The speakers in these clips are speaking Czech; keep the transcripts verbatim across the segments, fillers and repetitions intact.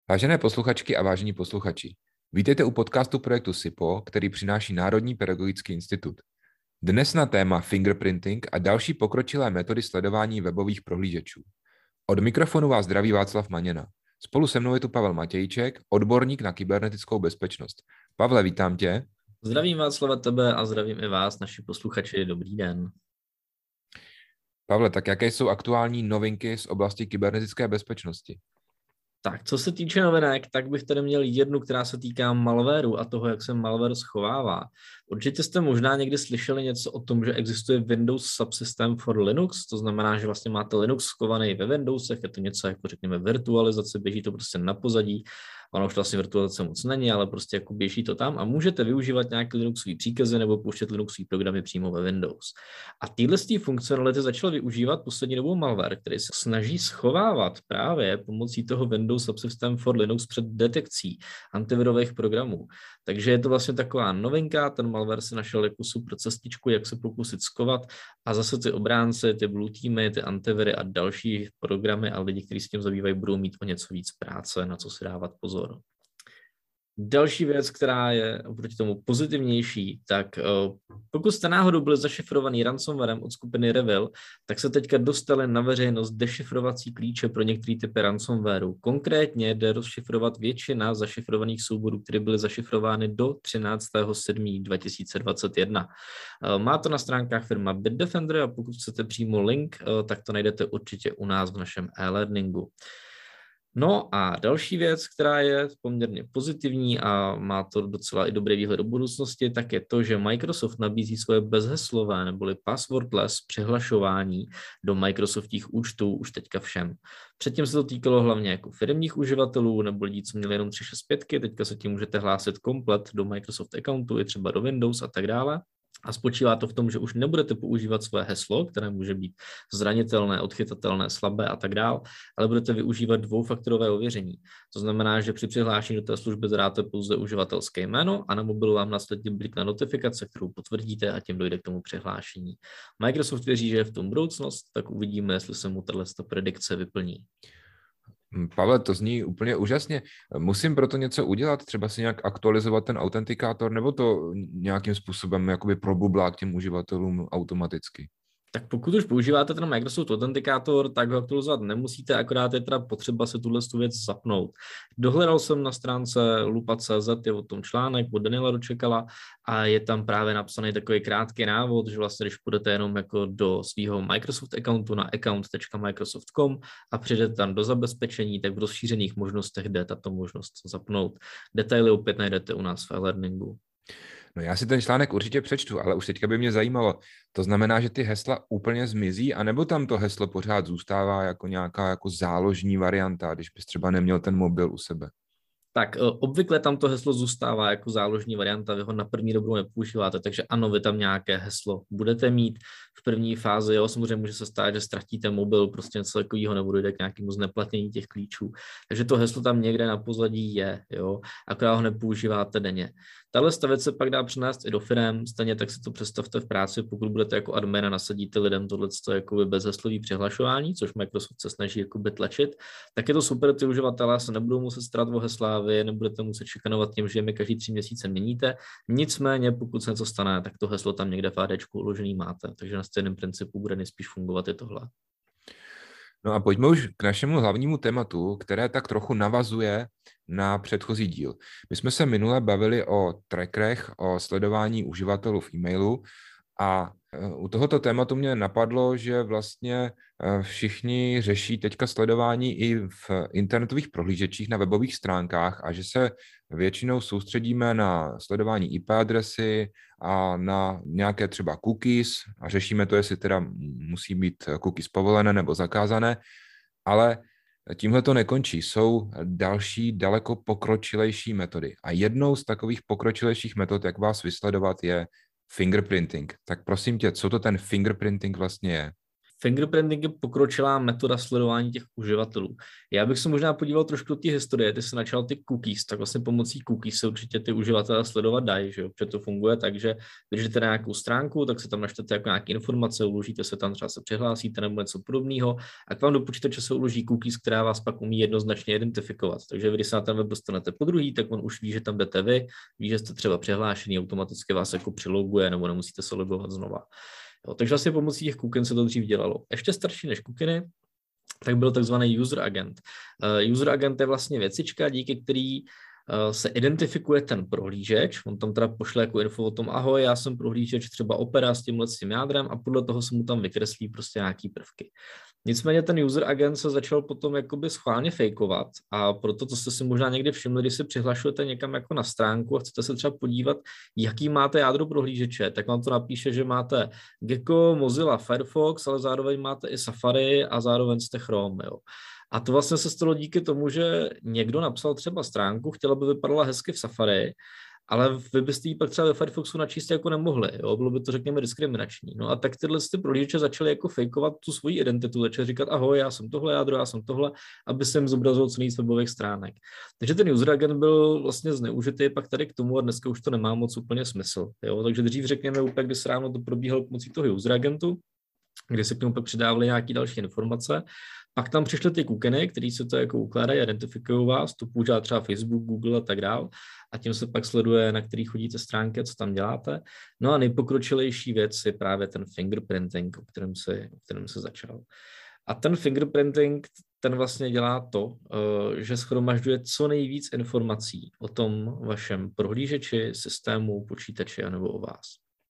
Vážené posluchačky a vážení posluchači, vítejte u podcastu projektu SIPO, který přináší Národní pedagogický institut. Dnes na téma fingerprinting a další pokročilé metody sledování webových prohlížečů. Od mikrofonu vás zdraví Václav Maněna. Spolu se mnou je tu Pavel Matějček, odborník na kybernetickou bezpečnost. Pavle, vítám tě. Zdravím Václava, tebe a zdravím i vás, naši posluchači. Dobrý den. Pavle, tak jaké jsou aktuální novinky z oblasti kybernetické bezpečnosti? Tak, co se týče novinek, tak bych tady měl jednu, která se týká malwareu a toho, jak se malware schovává. Určitě jste možná někdy slyšeli něco o tom, že existuje Windows Subsystem for Linux, to znamená, že vlastně máte Linux schovaný ve Windowsech, je to něco jako řekněme virtualizace, běží to prostě na pozadí. Ono už to vlastně virtualizace moc není, ale prostě jako běží to tam a můžete využívat nějaké Linuxové příkazy nebo pouštět Linuxové programy přímo ve Windows. A tyhle funkcionality začal využívat poslední dobou malware, který se snaží schovávat právě pomocí toho Windows Subsystem for Linux před detekcí antivirových programů. Takže je to vlastně taková novinka, ten malware si našel jako super cestičku, jak se pokusit skovat a zase ty obránci, ty blue teamy, ty antiviry a další programy a lidi, kteří s tím zabývají, budou mít o něco víc práce, na co si dávat pozor. Další věc, která je oproti tomu pozitivnější, tak pokud jste náhodou byli zašifrovaný ransomwarem od skupiny Revil, tak se teďka dostali na veřejnost dešifrovací klíče pro některé typy ransomwareu. Konkrétně jde rozšifrovat většina zašifrovaných souborů, které byly zašifrovány do třináctého sedmého dva tisíce dvacet jedna. Má to na stránkách firma Bitdefender a pokud chcete přímo link, tak to najdete určitě u nás v našem e-learningu. No a další věc, která je poměrně pozitivní a má to docela i dobrý výhled do budoucnosti, tak je to, že Microsoft nabízí svoje bezheslové neboli passwordless přihlašování do Microsoftích účtů už teďka všem. Předtím se to týkalo hlavně jako firmních uživatelů nebo lidí, co měli jenom tři šest pět, teďka se tím můžete hlásit komplet do Microsoft accountu, i třeba do Windows a tak dále. A spočívá to v tom, že už nebudete používat své heslo, které může být zranitelné, odchytatelné, slabé a tak dále, ale budete využívat dvoufaktorové ověření. To znamená, že při přihlášení do té služby zadáte pouze uživatelské jméno a na mobilu vám následně blikne notifikace, kterou potvrdíte a tím dojde k tomu přihlášení. Microsoft věří, že je v tom budoucnost, tak uvidíme, jestli se mu tato predikce vyplní. Pavle, to zní úplně úžasně. Musím proto něco udělat, třeba si nějak aktualizovat ten autentikátor, nebo to nějakým způsobem jakoby probublá k těm uživatelům automaticky? Tak pokud už používáte ten Microsoft Authenticator, tak ho aktualizovat nemusíte, akorát je teda potřeba se tuhle věc zapnout. Dohledal jsem na stránce lupa tečka cé zet, je o tom článek od Daniela Dočekala a je tam právě napsaný takový krátký návod, že vlastně když půjdete jenom jako do svého Microsoft accountu na account tečka microsoft tečka com a přijdete tam do zabezpečení, tak v rozšířených možnostech jde tato možnost zapnout. Detaily opět najdete u nás v e-learningu. No já si ten článek určitě přečtu, ale už teďka by mě zajímalo, to znamená, že ty hesla úplně zmizí, anebo tam to heslo pořád zůstává jako nějaká jako záložní varianta, když bys třeba neměl ten mobil u sebe? Tak obvykle tam to heslo zůstává jako záložní varianta, vy ho na první dobrou nepoužíváte, takže ano, vy tam nějaké heslo budete mít v první fázi, jo, samozřejmě může se stát, že ztratíte mobil, prostě něco takového, nebo dojde k nějakému zneplatnění těch klíčů, takže to heslo tam někde na pozadí je, jo, akorát ho nepoužíváte denně. Tahle věc se pak dá přenést i do firem, stejně tak si to představte v práci, pokud budete jako admin a nasadíte lidem tohleto jakoby bezheslový přihlašování, což Microsoft se snaží jakoby tlačit, tak je to super, ty uživatelé se nebudou muset starat o hesla, vy nebudete muset šikanovat tím, že je mi každý tři měsíce měníte, nicméně pokud se něco stane, tak to heslo tam někde v ADčku uložený máte, takže na stejném principu bude nejspíš fungovat i tohle. No a pojďme už k našemu hlavnímu tématu, které tak trochu navazuje na předchozí díl. My jsme se minule bavili o trackerech, o sledování uživatelů v e-mailu a u tohoto tématu mě napadlo, že vlastně všichni řeší teďka sledování i v internetových prohlížečích na webových stránkách a že se většinou soustředíme na sledování í pé adresy a na nějaké třeba cookies a řešíme to, jestli teda musí být cookies povolené nebo zakázané, ale tímhle to nekončí. Jsou další daleko pokročilejší metody a jednou z takových pokročilejších metod, jak vás vysledovat, je fingerprinting. Tak prosím tě, co to ten fingerprinting vlastně je? Fingerprinting je pokročilá metoda sledování těch uživatelů. Já bych se možná podíval trošku do té historie, ty jsi načal ty cookies, tak vlastně pomocí cookies se určitě ty uživatelé sledovat dají, že jo, protože to funguje tak, že když jdete na nějakou stránku, tak se tam načtete jako nějaké informace, uložíte se tam, třeba se přihlásíte nebo něco podobného a k vám do počítače se uloží cookies, která vás pak umí jednoznačně identifikovat. Takže vy, když se na ten web dostanete po druhý, tak on už ví, že tam jdete vy, ví, že jste třeba přihlášený, automaticky vás jako přiloguje nebo nemusíte se logovat znova. Jo, takže vlastně pomocí těch cookin se to dřív dělalo. Ještě starší než cookiny, tak byl takzvaný user agent. Uh, user agent je vlastně věcička, díky který uh, se identifikuje ten prohlížeč. On tam teda pošle jako info o tom, ahoj, já jsem prohlížeč třeba Opera s tímhle s tím jádrem a podle toho se mu tam vykreslí prostě nějaký prvky. Nicméně ten user agent se začal potom jakoby schválně fejkovat a proto to jste si možná někdy všimli, když si přihlašujete někam jako na stránku a chcete se třeba podívat, jaký máte jádro prohlížeče, tak vám to napíše, že máte Gecko, Mozilla, Firefox, ale zároveň máte i Safari a zároveň jste Chrome, jo. A to vlastně se stalo díky tomu, že někdo napsal třeba stránku, chtěl, aby vypadala hezky v Safari, ale vy byste ji pak třeba ve Firefoxu načíst jako nemohli, jo? Bylo by to, řekněme, diskriminační. No a tak tyhle ty prohlížeče začaly jako fejkovat tu svoji identitu, začaly říkat, ahoj, já jsem tohle jádro, já jsem tohle, aby se jim zobrazil co nejvíc webových stránek. Takže ten user agent byl vlastně zneužitý pak tady k tomu a dneska už to nemá moc úplně smysl. Jo? Takže dřív, řekněme, úplně, když ráno to probíhalo pomocí toho user agentu, kde se k němu pak přidávaly nějaké další informace. Pak tam přišly ty cookiny, které se to jako ukládají, identifikují vás, to používá třeba Facebook, Google a tak dál. A tím se pak sleduje, na který chodíte stránky, co tam děláte. No a nejpokročilejší věc je právě ten fingerprinting, o kterém se, o kterém se začal. A ten fingerprinting, ten vlastně dělá to, že shromažďuje co nejvíc informací o tom vašem prohlížeči, systému, počítači anebo o vás.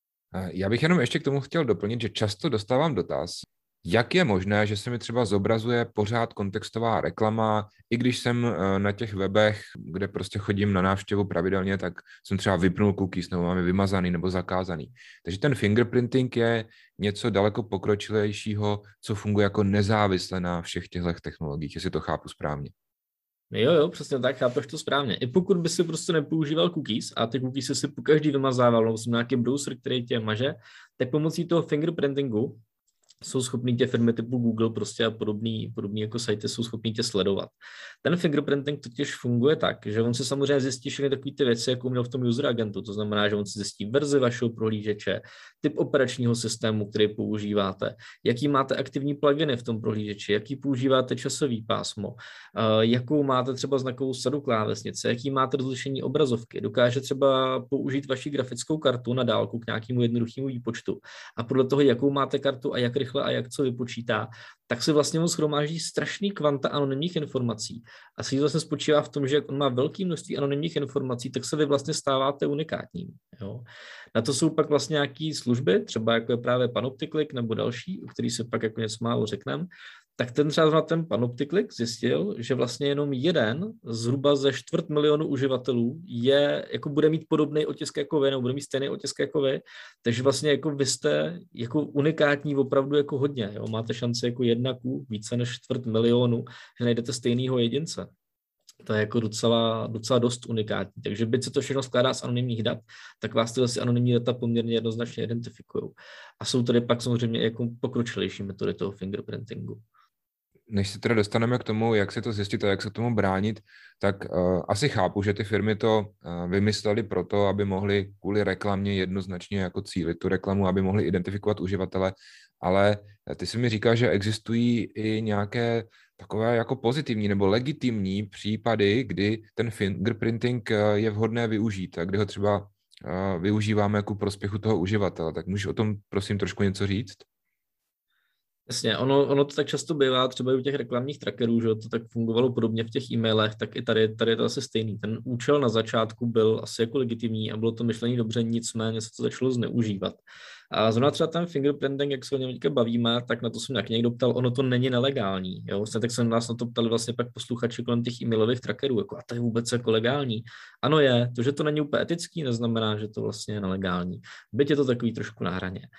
Já bych jenom ještě k tomu chtěl doplnit, že často dostávám dotaz, jak je možné, že se mi třeba zobrazuje pořád kontextová reklama, i když jsem na těch webech, kde prostě chodím na návštěvu pravidelně, tak jsem třeba vypnul cookies, nebo mám je vymazaný, nebo zakázaný. Takže ten fingerprinting je něco daleko pokročilejšího, co funguje jako nezávisle na všech těchto technologiích, jestli to chápu správně. Jo, jo, přesně tak, chápeš to správně. I pokud by si prostě nepoužíval cookies a ty cookies si po každý vymazával, nebo jsem nějaký browser, který tě maže, tak pomocí toho fingerprintingu jsou schopný tě firmy typu Google prostě a podobný, podobný jako sajty jsou schopný tě sledovat. Ten fingerprinting totiž funguje tak, že on si samozřejmě zjistí všechny takové ty věci, jako měl v tom user agentu. To znamená, že on si zjistí verzi vašeho prohlížeče, typ operačního systému, který používáte, jaký máte aktivní pluginy v tom prohlížeči, jaký používáte časový pásmo, jakou máte třeba znakovou sadu klávesnice, jaký máte rozlišení obrazovky. Dokáže třeba použít vaši grafickou kartu na dálku k nějakému jednoduchému výpočtu. A podle toho, jakou máte kartu a jak rychle a jak co vypočítá, tak se vlastně on shromáždí strašný kvanta anonymních informací. A si vlastně spočívá v tom, že jak on má velké množství anonymních informací, tak se vy vlastně stáváte unikátním. Jo? Na to jsou pak vlastně nějaké služby, třeba jako je právě Panopticlick nebo další, o který se pak jako něco málo řekneme, tak ten třeba ten Panopticlick zjistil, že vlastně jenom jeden zhruba ze čtvrt milionu uživatelů je, jako bude mít podobný otisk jako vy, nebo bude mít stejný otisk jako vy, takže vlastně jako vy jste jako unikátní opravdu jako hodně, jo? Máte šanci jako jedna ku více než čtvrt milionu, že najdete stejného jedince. To je jako docela, docela dost unikátní. Takže byť se to všechno skládá z anonymních dat, tak vás tyhle anonymní data poměrně jednoznačně identifikují. A jsou tady pak samozřejmě jako pokročilejší metody toho fingerprintingu. Než se teda dostaneme k tomu, jak se to zjistit a jak se tomu bránit, tak uh, asi chápu, že ty firmy to uh, vymyslely proto, aby mohly kvůli reklamě jednoznačně jako cílit tu reklamu, aby mohly identifikovat uživatele, ale ty si mi říkal, že existují i nějaké takové jako pozitivní nebo legitimní případy, kdy ten fingerprinting je vhodné využít a kdy ho třeba uh, využíváme ku prospěchu toho uživatele. Tak můžeš o tom prosím trošku něco říct? Jasně, ono, ono to tak často bývá, třeba i u těch reklamních trackerů, že to tak fungovalo podobně v těch e-mailech, tak i tady, tady je to asi stejný. Ten účel na začátku byl asi jako legitimní a bylo to myšlení dobře, nicméně se to začalo zneužívat. A zrovna třeba ten fingerprinting, jak se o něm teďka bavíme, tak na to jsem nějak někdo ptal, ono to není nelegální. Jo? Vlastně tak se nás na to ptali vlastně pak posluchači kolem těch e-mailových trackerů, jako a to je vůbec jako legální. Ano je, to, že to není úplně etický, neznamená, že to vlastně je nelegální. Byť je to takový trošku na hraně.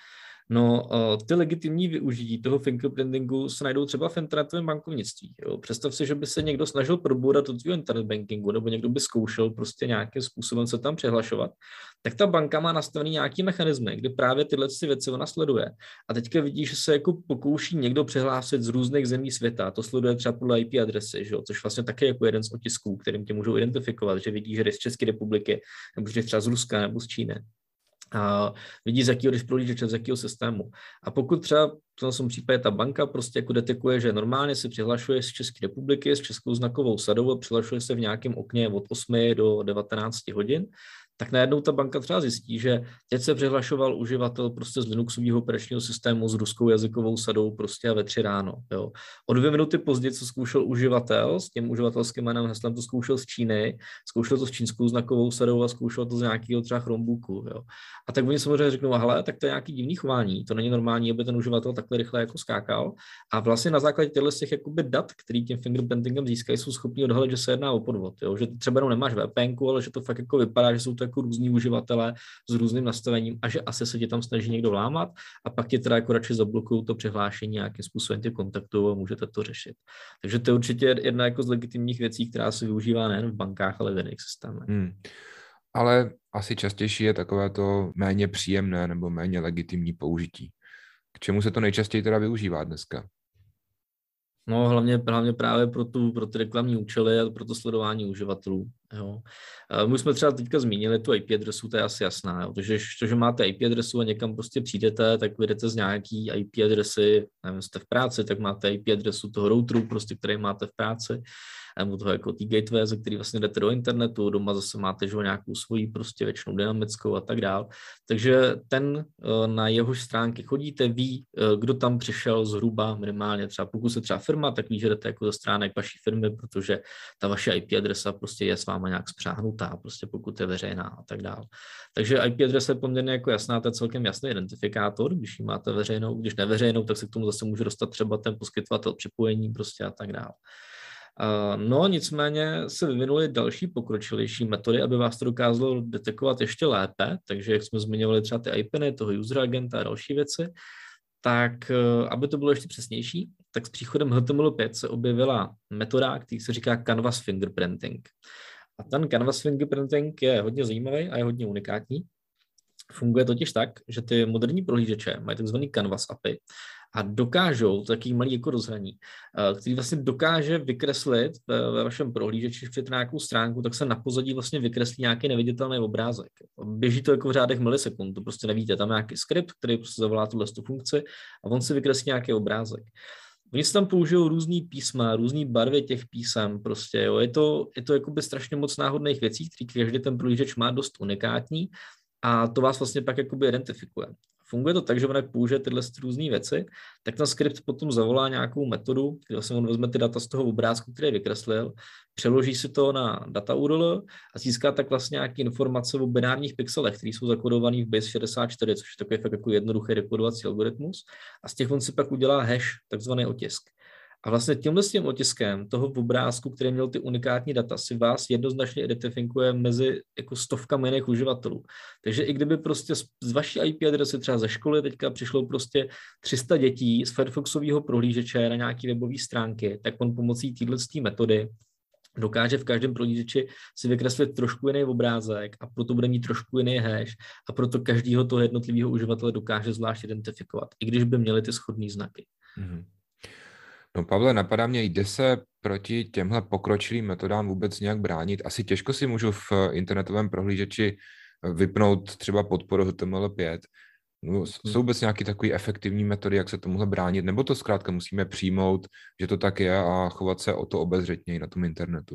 No, ty legitimní využití toho fingerprintingu se najdou třeba v internetovém bankovnictví. Jo. Představ si, že by se někdo snažil probourat do tvého internet bankingu, nebo někdo by zkoušel prostě nějakým způsobem se tam přihlašovat, tak ta banka má nastavený nějaký mechanismy, kdy právě tyhle věci ona sleduje. A teďka vidíš, že se jako pokouší někdo přihlásit z různých zemí světa. To sleduje třeba podle I P adresy, že jo, což vlastně taky jako jeden z otisků, kterým tě můžou identifikovat, že vidí, že jsi z České republiky, nebo že jsi třeba z Ruska nebo z Číny. A vidí, z jakého jdeš prohlížeče, z jakého systému. A pokud třeba v tom případě ta banka prostě jako detekuje, že normálně se přihlašuje z České republiky s českou znakovou sadou a přihlašuje se v nějakém okně od osmi do devatenácti hodin, tak najednou ta banka třeba zjistí, že teď se přihlašoval uživatel prostě z Linuxového operačního systému s ruskou jazykovou sadou prostě a ve tři ráno. Jo. O dvě minuty později, co zkoušel uživatel, s tím uživatelským jménem heslem to zkoušel z Číny, zkoušel to s čínskou znakovou sadou a zkoušel to z nějakého třeba Chromebooku. Jo. A tak oni samozřejmě řeknou, hele, tak to je nějaký divný chování, to není normální, aby ten uživatel takhle rychle jako skákal. A vlastně na základě těchto těch jakoby dat, který tím fingerprintingem získají, jsou schopni odhalit, že se jedná o podvod. Jo. Že třeba jenom nemáš V P N ku, ale že to fakt jako vypadá, že jsou to jako různí uživatelé s různým nastavením a že asi se tě tam snaží někdo vlámat a pak tě teda jako radši zablokují to přihlášení, nějakým způsobem tě kontaktují a můžete to řešit. Takže to je určitě jedna jako z legitimních věcí, která se využívá nejen v bankách, ale v jiných systémech. Hmm. Ale asi častější je takové to méně příjemné nebo méně legitimní použití. K čemu se to nejčastěji teda využívá dneska? No, hlavně, hlavně právě pro, tu, pro ty reklamní účely a pro to sledování uživatelů. Jo. My jsme třeba teďka zmínili tu I P adresu, to je asi jasná. Jo. Takže to, že máte I P adresu a někam prostě přijdete, tak vyjdete z nějaký I P adresy, nevím, jste v práci, tak máte I P adresu toho routeru, prostě, který máte v práci, nebo toho jako tý gateway, ze který vlastně jdete do internetu, doma zase máte že, nějakou svoji prostě většinou dynamickou a tak dál. Takže ten na jehož stránky chodíte, ví, kdo tam přišel zhruba minimálně, třeba pokud se třeba firma, tak ví, že jdete jako ze stránek vaší firmy, protože ta vaše I P adresa prostě je s váma nějak spřáhnutá, prostě pokud je veřejná a tak dál. Takže I P adresa je poměrně jako jasná, to je celkem jasný identifikátor, když ji máte veřejnou, když neveřejnou, tak se k tomu zase může dostat třeba ten poskytovatel připojení prostě a tak dál. No, nicméně se vyvinuly další pokročilejší metody, aby vás to dokázalo detekovat ještě lépe, takže jak jsme zmiňovali třeba ty I P ny, toho user agenta a další věci, tak aby to bylo ještě přesnější, tak s příchodem H T M L pět se objevila metoda, který se říká Canvas Fingerprinting. A ten Canvas Fingerprinting je hodně zajímavý a je hodně unikátní. Funguje totiž tak, že ty moderní prohlížeče mají takzvaný Canvas A P I a dokážou taký malý jako rozhraní, který vlastně dokáže vykreslit ve vašem prohlížeči, když přijete na nějakou stránku, tak se na pozadí vlastně vykreslí nějaký neviditelný obrázek. Běží to jako v řádech milisekund, to prostě nevíte, tam nějaký skript, který prostě zavolá tuhle funkci a on si vykreslí nějaký obrázek. Oni si tam použijou různý písma, různý barvy těch písem, prostě, jo. Je to, je to jakoby strašně moc náhodných věcí, které každý ten prohlížeč má dost unikátní a to vás vlastně pak jakoby identifikuje. Funguje to tak, že on jak použije tyhle různé věci, tak ten skript potom zavolá nějakou metodu, kde vlastně on vezme ty data z toho obrázku, který vykreslil, přeloží si to na data U R L a získá tak vlastně nějaké informace o binárních pixelech, které jsou zakodované v base šedesát čtyři, což je takový fakt jako jednoduchý dekodovací algoritmus. A z těch on si pak udělá hash, takzvaný otisk. A vlastně tímhle s tím otiskem toho obrázku, který měl ty unikátní data, si vás jednoznačně identifikuje mezi jako stovkami jiných uživatelů. Takže i kdyby prostě z vaší I P adresy třeba ze školy teďka přišlo prostě tři sta dětí z Firefoxového prohlížeče na nějaké webové stránky, tak on pomocí této metody dokáže v každém prohlížeči si vykreslit trošku jiný obrázek a proto bude mít trošku jiný hash a proto každého toho jednotlivého uživatele dokáže zvlášť identifikovat, i když by měli ty shodné znaky. Mm-hmm. No Pavle, napadá mě, jde se proti těmhle pokročilým metodám vůbec nějak bránit? Asi těžko si můžu v internetovém prohlížeči vypnout třeba podporu H T M L pět. No, jsou vůbec nějaké takové efektivní metody, jak se tomuhle bránit? Nebo to zkrátka musíme přijmout, že to tak je a chovat se o to obezřetněji na tom internetu?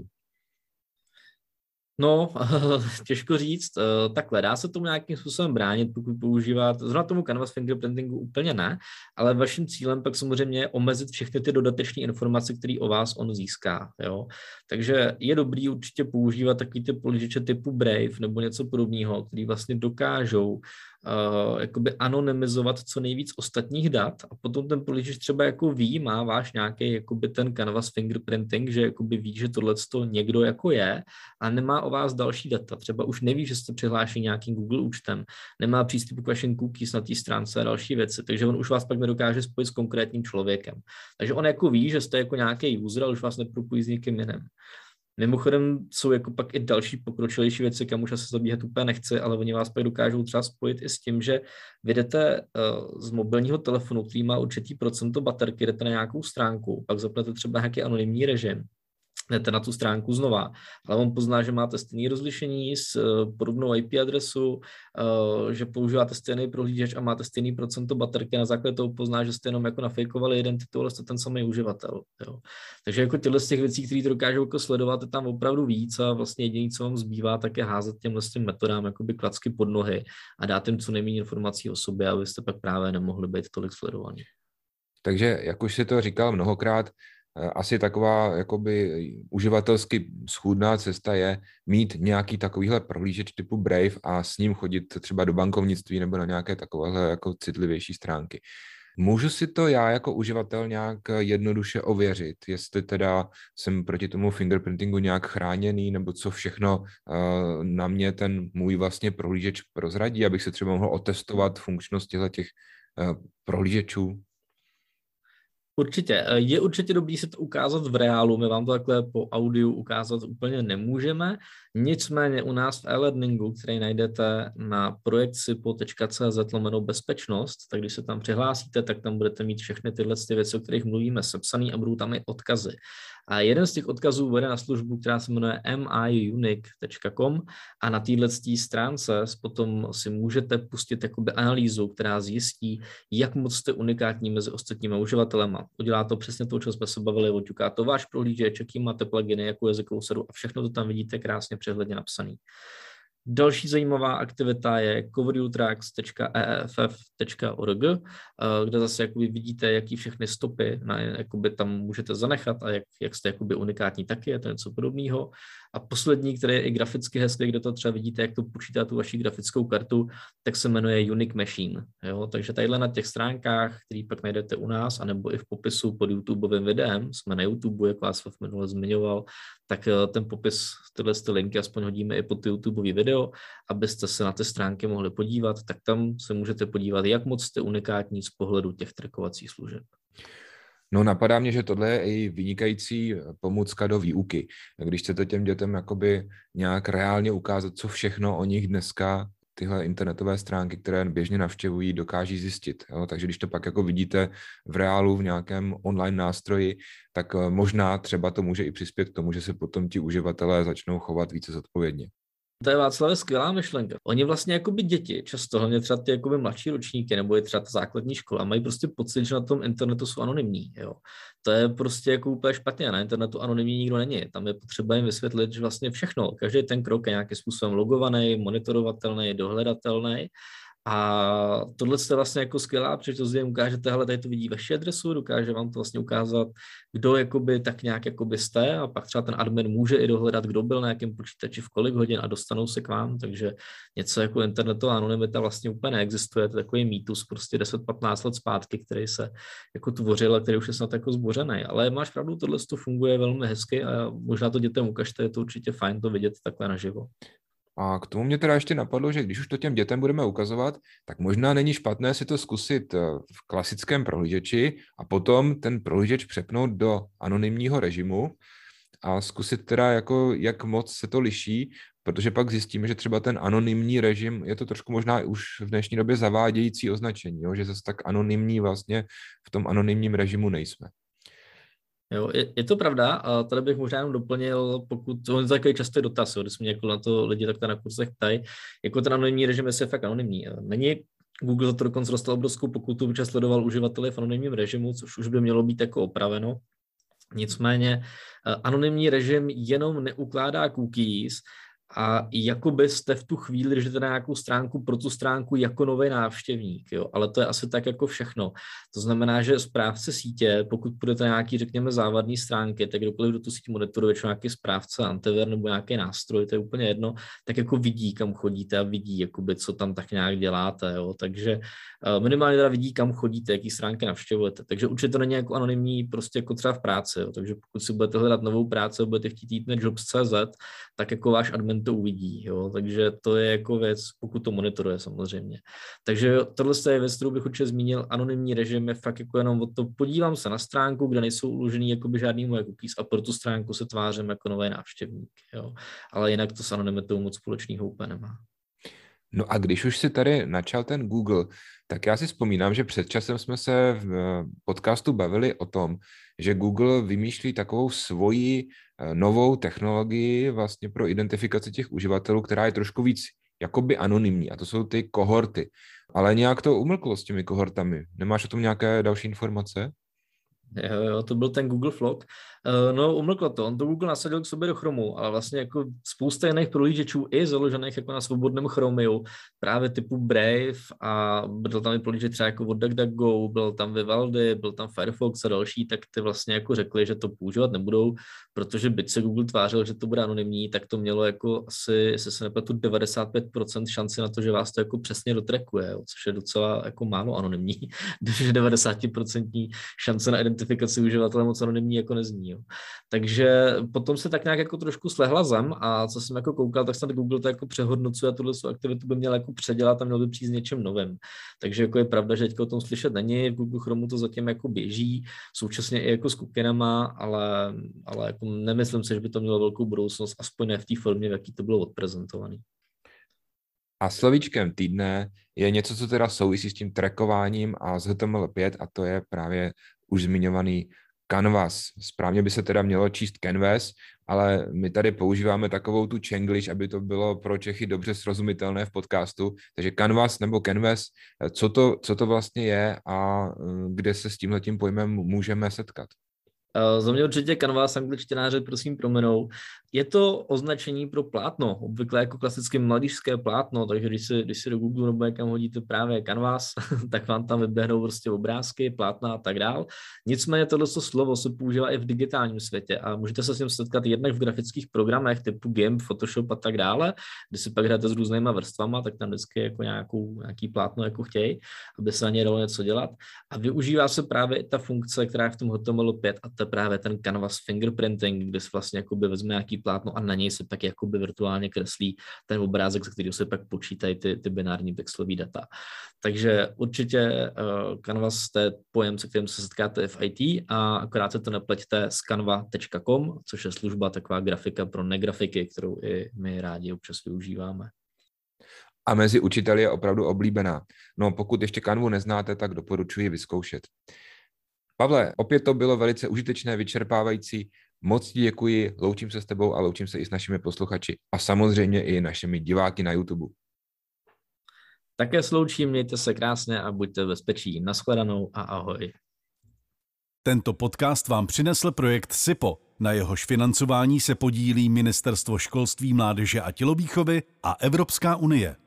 No, těžko říct. Takhle, dá se tomu nějakým způsobem bránit, pokud používat, zrovna tomu Canvas Fingerprintingu úplně ne, ale vaším cílem pak samozřejmě je omezit všechny ty dodateční informace, které o vás on získá. Jo? Takže je dobrý určitě používat takový ty prohlížeče typu Brave nebo něco podobného, který vlastně dokážou uh, jakoby anonymizovat co nejvíc ostatních dat a potom ten prohlížeč třeba jako ví, má váš nějaký jakoby ten canvas fingerprinting, že jakoby ví, že tohleto někdo jako je a nemá o vás další data. Třeba už neví, že jste přihlášeni nějakým Google účtem, nemá přístup k vašim cookies na té stránce a další věci, takže on už vás pak nedokáže spojit s konkrétním člověkem. Takže on jako ví, že jste jako nějaký user, ale už vás nepropojí s někým jiným. Mimochodem jsou jako pak i další pokročilejší věci, kam už asi zabíhat úplně nechci, ale oni vás pak dokážou třeba spojit i s tím, že vy jdete uh, z mobilního telefonu, který má určitý procento baterky, jdete na nějakou stránku, pak zapnete třeba nějaký anonymní režim, jdete na tu stránku znova, ale on pozná, že máte stejné rozlišení s uh, podobnou í pé adresu, uh, že používáte stejný prohlížeč a máte stejný procento baterky, na základě toho pozná, že jste jenom jako nafejkovali identitu, ale jste ten samý uživatel. Jo. Takže jako tyhle z těch věcí, které to dokážou jako sledovat, je tam opravdu víc a vlastně jediné, co vám zbývá, tak je házet těmhle s těm metodám jakoby klacky pod nohy a dát jim co nejméně informací o sobě, abyste pak právě nemohli být tolik sledovaní. Takže, jak už si to říkal mnohokrát, asi taková jakoby uživatelsky schůdná cesta je mít nějaký takovýhle prohlížeč typu Brave a s ním chodit třeba do bankovnictví nebo na nějaké takovéhle jako citlivější stránky. Můžu si to já jako uživatel nějak jednoduše ověřit, jestli teda jsem proti tomu fingerprintingu nějak chráněný, nebo co všechno uh, na mě ten můj vlastně prohlížeč prozradí, abych si třeba mohl otestovat funkčnost těch uh, prohlížečů? Určitě. Je určitě dobrý se to ukázat v reálu. My vám to takhle po audiu ukázat úplně nemůžeme. Nicméně u nás v e-learningu, který najdete na projektsipo tečka cé zet lomeno bezpečnost, tak když se tam přihlásíte, tak tam budete mít všechny tyhle ty věci, o kterých mluvíme, sepsaný a budou tam i odkazy. A jeden z těch odkazů vede na službu, která se jmenuje em i unique tečka com a na této stránce potom si můžete pustit jakoby analýzu, která zjistí, jak moc jste unikátní mezi ostatními uživatelema. Udělá to přesně to, co jsme se bavili, oťuká to váš prohlížeč, jaký máte pluginy, jakou jazykovou sadu a všechno to tam vidíte krásně přehledně napsaný. Další zajímavá aktivita je cover u tracks tečka e f f tečka org, kde zase jakoby vidíte, jaký všechny stopy na, jakoby tam můžete zanechat a jak, jak jste jakoby unikátní taky, je to něco podobného. A poslední, který je i graficky hezký, kde to třeba vidíte, jak to počítá tu vaši grafickou kartu, tak se jmenuje Unique Machine. Jo? Takže tadyhle na těch stránkách, který pak najdete u nás, anebo i v popisu pod YouTubeovým videem, jsme na YouTube, jak vás v minule zmiňoval, tak ten popis, tyhle ty linky aspoň hodíme i pod ty YouTubeový video, abyste se na ty stránky mohli podívat, tak tam se můžete podívat, jak moc jste unikátní z pohledu těch trackovacích služeb. No napadá mě, že tohle je i vynikající pomůcka do výuky. Když chcete těm dětem jakoby nějak reálně ukázat, co všechno o nich dneska tyhle internetové stránky, které běžně navštěvují, dokáží zjistit. Jo? Takže když to pak jako vidíte v reálu v nějakém online nástroji, tak možná třeba to může i přispět k tomu, že se potom ti uživatelé začnou chovat více zodpovědně. To je, Václav, skvělá myšlenka. Oni vlastně jakoby děti, často hlavně třeba ty jakoby mladší ročníky nebo i třeba ta základní škola, mají prostě pocit, že na tom internetu jsou anonymní. Jo. To je prostě jako úplně špatně. Na internetu anonymní nikdo není. Tam je potřeba jim vysvětlit, že vlastně všechno, každý ten krok je nějakým způsobem logovaný, monitorovatelný, dohledatelný. A tohle je vlastně jako skvělá příležitost, že jim ukážete, hele, tady to vidí vaši adresu, dokáže vám to vlastně ukázat, kdo jakoby tak nějak jakoby jste a pak třeba ten admin může i dohledat, kdo byl na jakém počítači v kolik hodin a dostanou se k vám, takže něco jako internetová anonymita vlastně úplně neexistuje, to je takový mýtus prostě deset patnáct let zpátky, který se jako tvořil a který už je snad jako zbořený, ale máš pravdu, tohle to funguje velmi hezky a možná to dětem ukažte, je to určitě fajn to vidět takhle naživo. A k tomu mě teda ještě napadlo, že když už to těm dětem budeme ukazovat, tak možná není špatné si to zkusit v klasickém prohlížeči a potom ten prohlížeč přepnout do anonymního režimu a zkusit teda, jako, jak moc se to liší, protože pak zjistíme, že třeba ten anonymní režim je to trošku možná už v dnešní době zavádějící označení, jo? Že zase tak anonymní vlastně v tom anonymním režimu nejsme. Jo, je, je to pravda a tady bych možná jenom doplnil, pokud, on je takový častý dotaz, jo, když mě jako na to lidi takto na kurzech ptají, jako ten anonymní režim je fakt anonymní. Není Google za to dokonce dostal obrovskou pokutu, protože sledoval uživatele v anonymním režimu, což už by mělo být jako opraveno. Nicméně anonymní režim jenom neukládá cookies, a jakoby jste v tu chvíli držíte na nějakou stránku pro tu stránku jako nový návštěvník, jo, ale to je asi tak jako všechno. To znamená, že správce sítě, pokud budete nějaký, řekněme, závadný stránky, tak kdokoliv do tu síť monitoruje, většinou nějaký správce antivir nebo nějaký nástroj, to je úplně jedno, tak jako vidí, kam chodíte a vidí, jakoby, co tam tak nějak děláte, jo, takže minimálně teda vidí, kam chodíte, jaký stránky navštěvujete, takže určitě to není jako anonymní, prostě jako třeba v práci, jo, takže pokud si budete hledat novou práci, budete chtít jít na jobs tečka cé zet, tak jako váš admin to uvidí, jo, takže to je jako věc, pokud to monitoruje samozřejmě. Takže tohle je věc, kterou bych určitě zmínil, anonymní režim je fakt jako jenom o to, podívám se na stránku, kde nejsou uložený jakoby žádný moje cookies a pro tu stránku se tvářím jako nový návštěvník, jo, ale jinak to s anonymitou moc společného úplně nemá. No a když už si tady načal ten Google, tak já si vzpomínám, že před časem jsme se v podcastu bavili o tom, že Google vymýšlí takovou svoji novou technologii vlastně pro identifikaci těch uživatelů, která je trošku víc jakoby anonymní, a to jsou ty kohorty. Ale nějak to umlklo s těmi kohortami. Nemáš o tom nějaké další informace? Jo, jo, to byl ten Google Flock. Uh, no, umlklo to. On to Google nasadil k sobě do Chromu, ale vlastně jako spousta jiných prohlížečů i založených jako na svobodném Chromiu, právě typu Brave a byl tam i prohlížeč třeba jako od DuckDuckGo, byl tam Vivaldi, byl tam Firefox a další, tak ty vlastně jako řekli, že to používat nebudou, protože byť se Google tvářil, že to bude anonymní, tak to mělo jako asi, jestli se nepletu, devadesát pět procent šanci na to, že vás to jako přesně dotrackuje, jo, což je docela jako málo anonymní, když devadesát procent šance na identifikaci uživatele moc anonymní jako nezní. Jo. Takže potom se tak nějak jako trošku slehla zem a co jsem jako koukal, tak snad Google to jako přehodnocuje a tuhle aktivitu by měl jako předělat a měl by přijít s něčím novým. Takže jako je pravda, že teďka o tom slyšet není, v Google Chromu to zatím jako běží, současně i jako s cookinama, ale, ale jako nemyslím si, že by to mělo velkou budoucnost, aspoň ne v té formě, v jaký to bylo odprezentované. A slovíčkem týdne je něco, co teda souvisí s tím trackováním a s H T M L pět, a to je právě už zmiňovaný Canvas. Správně by se teda mělo číst Canvas, ale my tady používáme takovou tu čenglish, aby to bylo pro Čechy dobře srozumitelné v podcastu. Takže Canvas nebo Canvas, co to, co to vlastně je a kde se s tímhletím pojmem můžeme setkat? Za mě určitě Canvas, angličtináři prosím prominou. Je to označení pro plátno, obvykle jako klasické malířské plátno, takže když si, když si do Google nebo někam hodíte právě Canvas, tak vám tam vyběhnou prostě obrázky, plátna a tak dál. Nicméně tohle slovo se používá i v digitálním světě a můžete se s ním setkat jednak v grafických programech typu GIMP, Photoshop a tak dále, kdy si pak hrajete s různýma vrstvama, tak tam vždycky jako nějakou, nějaký plátno jako chtějí, aby se na ně dalo něco dělat. A využívá se právě i ta funkce, která je v tom H T M L pět, a to je právě ten Canvas fingerprinting, kde se vlastně jakoby vezme nějaký plátno a na něj se pak jakoby virtuálně kreslí ten obrázek, ze kterého se pak počítají ty, ty binární pixelové data. Takže určitě uh, Canvas to je pojem, se kterým se setkáte v í té, a akorát se to nepleťte s canva tečka com, což je služba, taková grafika pro negrafiky, kterou i my rádi občas využíváme. A mezi učiteli je opravdu oblíbená. No, pokud ještě Canvu neznáte, tak doporučuji vyzkoušet. Pavle, opět to bylo velice užitečné, vyčerpávající. Moc ti děkuji, loučím se s tebou a loučím se i s našimi posluchači a samozřejmě i našimi diváky na YouTube. Také sloučím, mějte se krásně a buďte v bezpečí. Naschledanou a ahoj. Tento podcast vám přinesl projekt SIPO. Na jehož financování se podílí Ministerstvo školství, mládeže a tělovýchovy a Evropská unie.